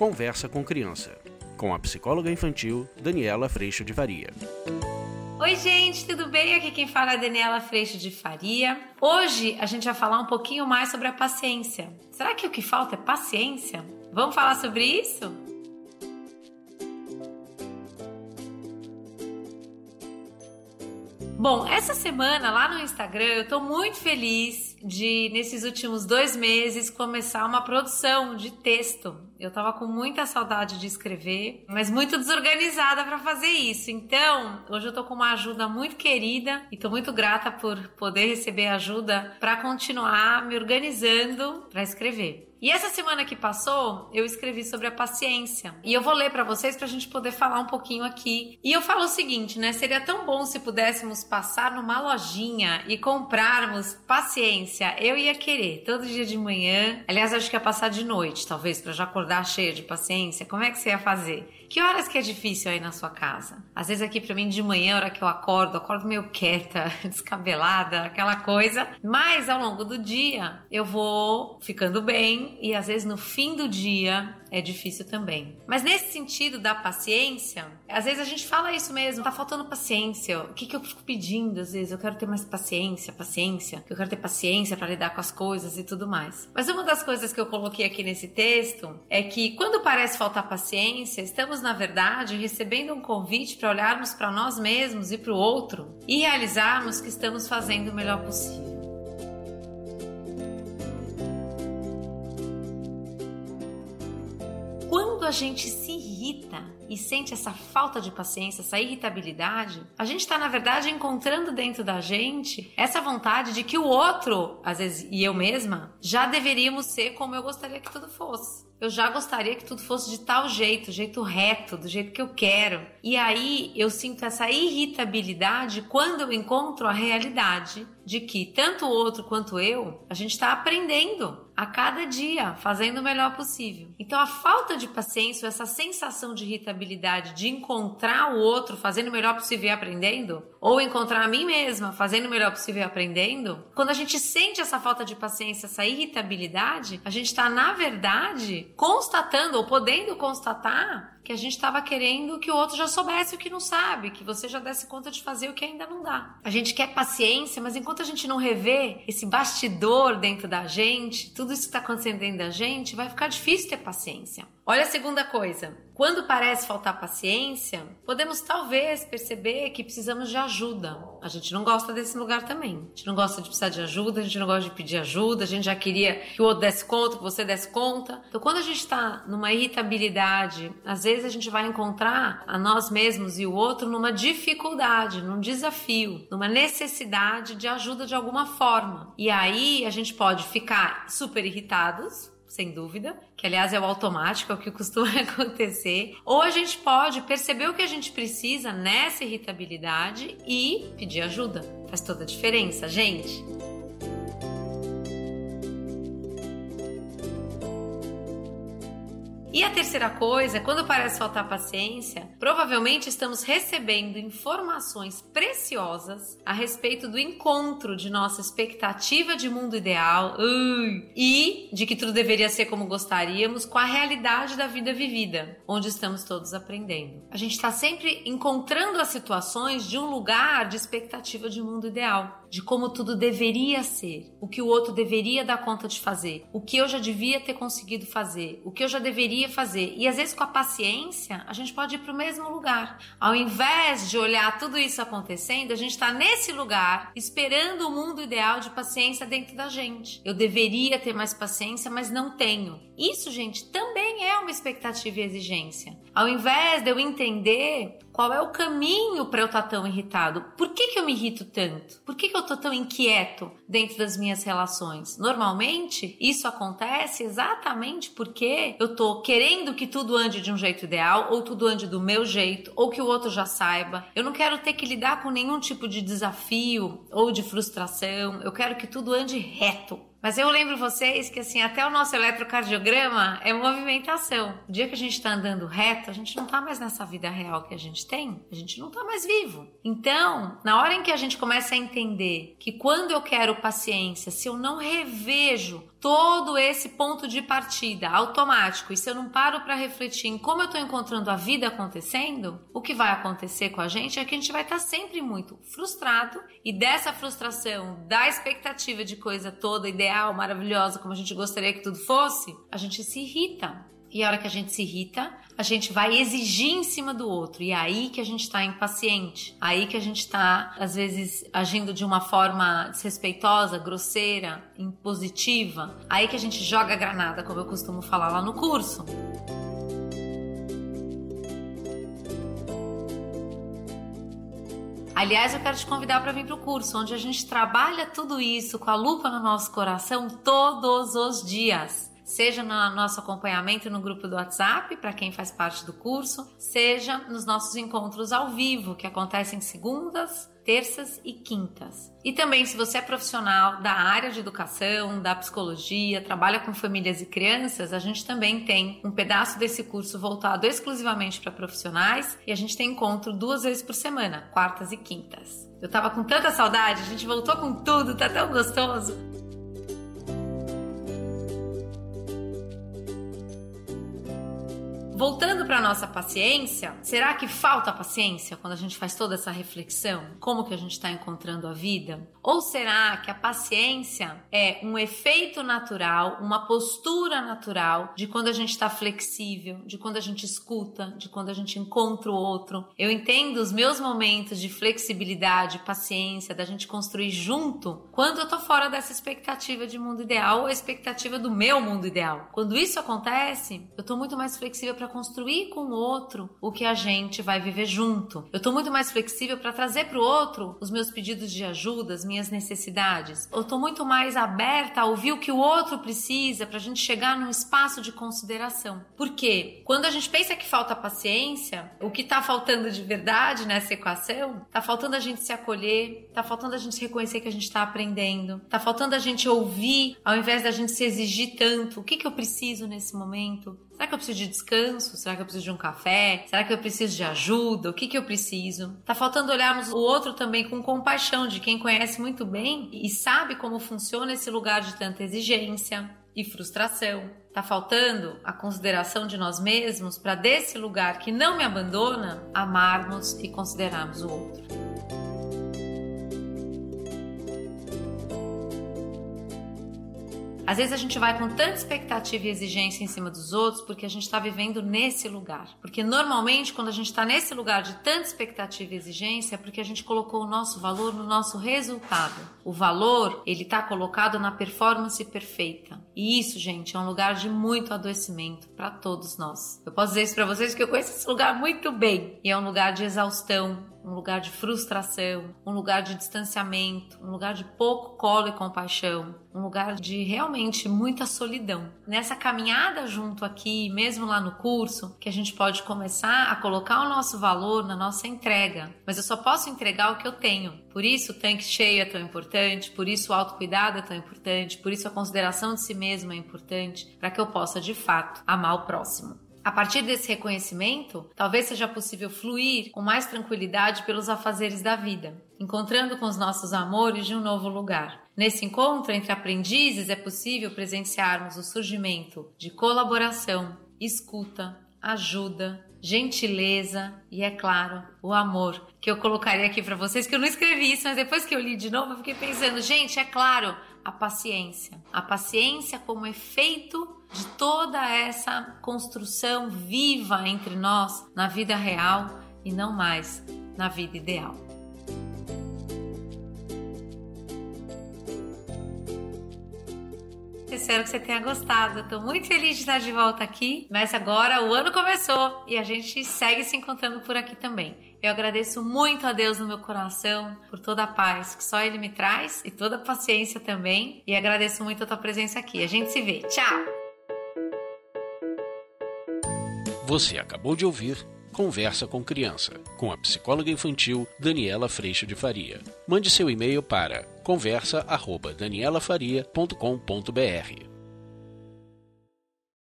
Conversa com Criança, com a psicóloga infantil Daniela Freixo de Faria. Oi gente, tudo bem? Aqui quem fala é a Daniela Freixo de Faria. Hoje a gente vai falar um pouquinho mais sobre a paciência. Será que o que falta é paciência? Vamos falar sobre isso? Bom, essa semana lá no Instagram eu tô muito feliz de, nesses últimos 2 meses, começar uma produção de texto. Eu tava com muita saudade de escrever, mas muito desorganizada para fazer isso. Então, hoje eu tô com uma ajuda muito querida e tô muito grata por poder receber ajuda para continuar me organizando para escrever. E essa semana que passou, eu escrevi sobre a paciência. E eu vou ler para vocês pra gente poder falar um pouquinho aqui. E eu falo o seguinte, né? Seria tão bom se pudéssemos passar numa lojinha e comprarmos paciência. Eu ia querer, todo dia de manhã. Aliás, acho que ia passar de noite, talvez, pra já acordar cheia de paciência. Como é que você ia fazer? Que horas que é difícil aí na sua casa? Às vezes aqui pra mim de manhã, a hora que eu acordo meio quieta, descabelada, aquela coisa. Mas ao longo do dia, eu vou ficando bem. E às vezes no fim do dia é difícil também. Mas nesse sentido da paciência, às vezes a gente fala isso mesmo, tá faltando paciência. O que eu fico pedindo às vezes? Eu quero ter mais paciência, eu quero ter paciência para lidar com as coisas e tudo mais. Mas uma das coisas que eu coloquei aqui nesse texto é que quando parece faltar paciência, estamos na verdade recebendo um convite para olharmos para nós mesmos e para o outro e realizarmos que estamos fazendo o melhor possível. Quando a gente se irrita e sente essa falta de paciência, essa irritabilidade, a gente está, na verdade, encontrando dentro da gente essa vontade de que o outro, às vezes, e eu mesma, já deveríamos ser como eu gostaria que tudo fosse. Eu já gostaria que tudo fosse de tal jeito, jeito reto, do jeito que eu quero. E aí eu sinto essa irritabilidade quando eu encontro a realidade de que tanto o outro quanto eu, a gente está aprendendo a cada dia, fazendo o melhor possível. Então a falta de paciência, essa sensação de irritabilidade de encontrar o outro fazendo o melhor possível e aprendendo, ou encontrar a mim mesma fazendo o melhor possível e aprendendo, quando a gente sente essa falta de paciência, essa irritabilidade, a gente está, na verdade, constatando ou podendo constatar que a gente estava querendo que o outro já soubesse o que não sabe, que você já desse conta de fazer o que ainda não dá. A gente quer paciência, mas enquanto a gente não rever esse bastidor dentro da gente, tudo isso que está acontecendo dentro da gente, vai ficar difícil ter paciência. Olha a segunda coisa. Quando parece faltar paciência, podemos talvez perceber que precisamos de ajuda. A gente não gosta desse lugar também. A gente não gosta de precisar de ajuda, a gente não gosta de pedir ajuda, a gente já queria que o outro desse conta, que você desse conta. Então, quando a gente está numa irritabilidade, às vezes a gente vai encontrar a nós mesmos e o outro numa dificuldade, num desafio, numa necessidade de ajuda de alguma forma. E aí a gente pode ficar super irritados, sem dúvida, que aliás é o automático, é o que costuma acontecer. Ou a gente pode perceber o que a gente precisa nessa irritabilidade e pedir ajuda. Faz toda a diferença, gente. E a terceira coisa, quando parece faltar paciência, provavelmente estamos recebendo informações preciosas a respeito do encontro de nossa expectativa de mundo ideal e de que tudo deveria ser como gostaríamos com a realidade da vida vivida, onde estamos todos aprendendo. A gente está sempre encontrando as situações de um lugar de expectativa de mundo ideal, de como tudo deveria ser, o que o outro deveria dar conta de fazer, o que eu já devia ter conseguido fazer, o que eu já deveria fazer. E às vezes com a paciência a gente pode ir para o mesmo lugar. Ao invés de olhar tudo isso acontecendo, a gente está nesse lugar esperando o mundo ideal de paciência dentro da gente. Eu deveria ter mais paciência, mas não tenho. Isso, gente, também é uma expectativa e exigência. Ao invés de eu entender qual é o caminho para eu estar tão irritado, por que eu me irrito tanto? Por que eu estou tão inquieto dentro das minhas relações? Normalmente, isso acontece exatamente porque eu estou querendo que tudo ande de um jeito ideal, ou tudo ande do meu jeito, ou que o outro já saiba. Eu não quero ter que lidar com nenhum tipo de desafio ou de frustração. Eu quero que tudo ande reto. Mas eu lembro vocês que assim, até o nosso eletrocardiograma é movimentação. O dia que a gente está andando reto, a gente não está mais nessa vida real que a gente tem, a gente não está mais vivo. Então, na hora em que a gente começa a entender que quando eu quero paciência, se eu não revejo todo esse ponto de partida automático, e se eu não paro para refletir em como eu estou encontrando a vida acontecendo, o que vai acontecer com a gente é que a gente vai estar sempre muito frustrado, e dessa frustração, da expectativa de coisa toda ideal, maravilhosa, como a gente gostaria que tudo fosse, a gente se irrita. E a hora que a gente se irrita, a gente vai exigir em cima do outro. E é aí que a gente está impaciente. Aí que a gente está, às vezes, agindo de uma forma desrespeitosa, grosseira, impositiva. Aí que a gente joga a granada, como eu costumo falar lá no curso. Aliás, eu quero te convidar para vir para o curso, onde a gente trabalha tudo isso com a lupa no nosso coração todos os dias. Seja no nosso acompanhamento no grupo do WhatsApp, para quem faz parte do curso, seja nos nossos encontros ao vivo, que acontecem segundas, terças e quintas. E também, se você é profissional da área de educação, da psicologia, trabalha com famílias e crianças, a gente também tem um pedaço desse curso voltado exclusivamente para profissionais, e a gente tem encontro 2 vezes por semana, quartas e quintas. Eu tava com tanta saudade, a gente voltou com tudo, tá tão gostoso. Voltando para a nossa paciência, será que falta paciência quando a gente faz toda essa reflexão? Como que a gente está encontrando a vida? Ou será que a paciência é um efeito natural, uma postura natural de quando a gente está flexível, de quando a gente escuta, de quando a gente encontra o outro? Eu entendo os meus momentos de flexibilidade, paciência, da gente construir junto, quando eu tô fora dessa expectativa de mundo ideal ou a expectativa do meu mundo ideal. Quando isso acontece, eu tô muito mais flexível para construir com o outro o que a gente vai viver junto. Eu tô muito mais flexível para trazer para o outro os meus pedidos de ajuda, as minhas necessidades. Eu tô muito mais aberta a ouvir o que o outro precisa para a gente chegar num espaço de consideração. Porque quando a gente pensa que falta paciência, o que tá faltando de verdade nessa equação, tá faltando a gente se acolher, tá faltando a gente reconhecer que a gente tá aprendendo, tá faltando a gente ouvir ao invés da gente se exigir tanto. O que eu preciso nesse momento? Será que eu preciso de descanso? Será que eu preciso de um café? Será que eu preciso de ajuda? O que eu preciso? Tá faltando olharmos o outro também com compaixão de quem conhece muito bem e sabe como funciona esse lugar de tanta exigência e frustração. Tá faltando a consideração de nós mesmos para desse lugar que não me abandona, amarmos e considerarmos o outro. Às vezes a gente vai com tanta expectativa e exigência em cima dos outros porque a gente está vivendo nesse lugar. Porque normalmente quando a gente está nesse lugar de tanta expectativa e exigência é porque a gente colocou o nosso valor no nosso resultado. O valor, ele está colocado na performance perfeita. E isso, gente, é um lugar de muito adoecimento para todos nós. Eu posso dizer isso para vocês que eu conheço esse lugar muito bem. E é um lugar de exaustão, um lugar de frustração, um lugar de distanciamento, um lugar de pouco colo e compaixão, um lugar de realmente muita solidão. Nessa caminhada junto aqui, mesmo lá no curso, que a gente pode começar a colocar o nosso valor na nossa entrega. Mas eu só posso entregar o que eu tenho. Por isso o tanque cheio é tão importante, por isso o autocuidado é tão importante, por isso a consideração de si mesmo é importante, para que eu possa de fato amar o próximo. A partir desse reconhecimento, talvez seja possível fluir com mais tranquilidade pelos afazeres da vida, encontrando com os nossos amores de um novo lugar. Nesse encontro entre aprendizes é possível presenciarmos o surgimento de colaboração, escuta, ajuda, gentileza e, é claro, o amor, que eu colocaria aqui para vocês, que eu não escrevi isso, mas depois que eu li de novo eu fiquei pensando, gente, é claro, a paciência. A paciência como efeito de toda essa construção viva entre nós na vida real e não mais na vida ideal. Espero que você tenha gostado. Eu tô muito feliz de estar de volta aqui, mas agora o ano começou e a gente segue se encontrando por aqui também. Eu agradeço muito a Deus no meu coração por toda a paz que só Ele me traz e toda a paciência também. E agradeço muito a tua presença aqui. A gente se vê. Tchau! Você acabou de ouvir Conversa com Criança, com a psicóloga infantil Daniela Freixo de Faria. Mande seu e-mail para conversa@danielafaria.com.br.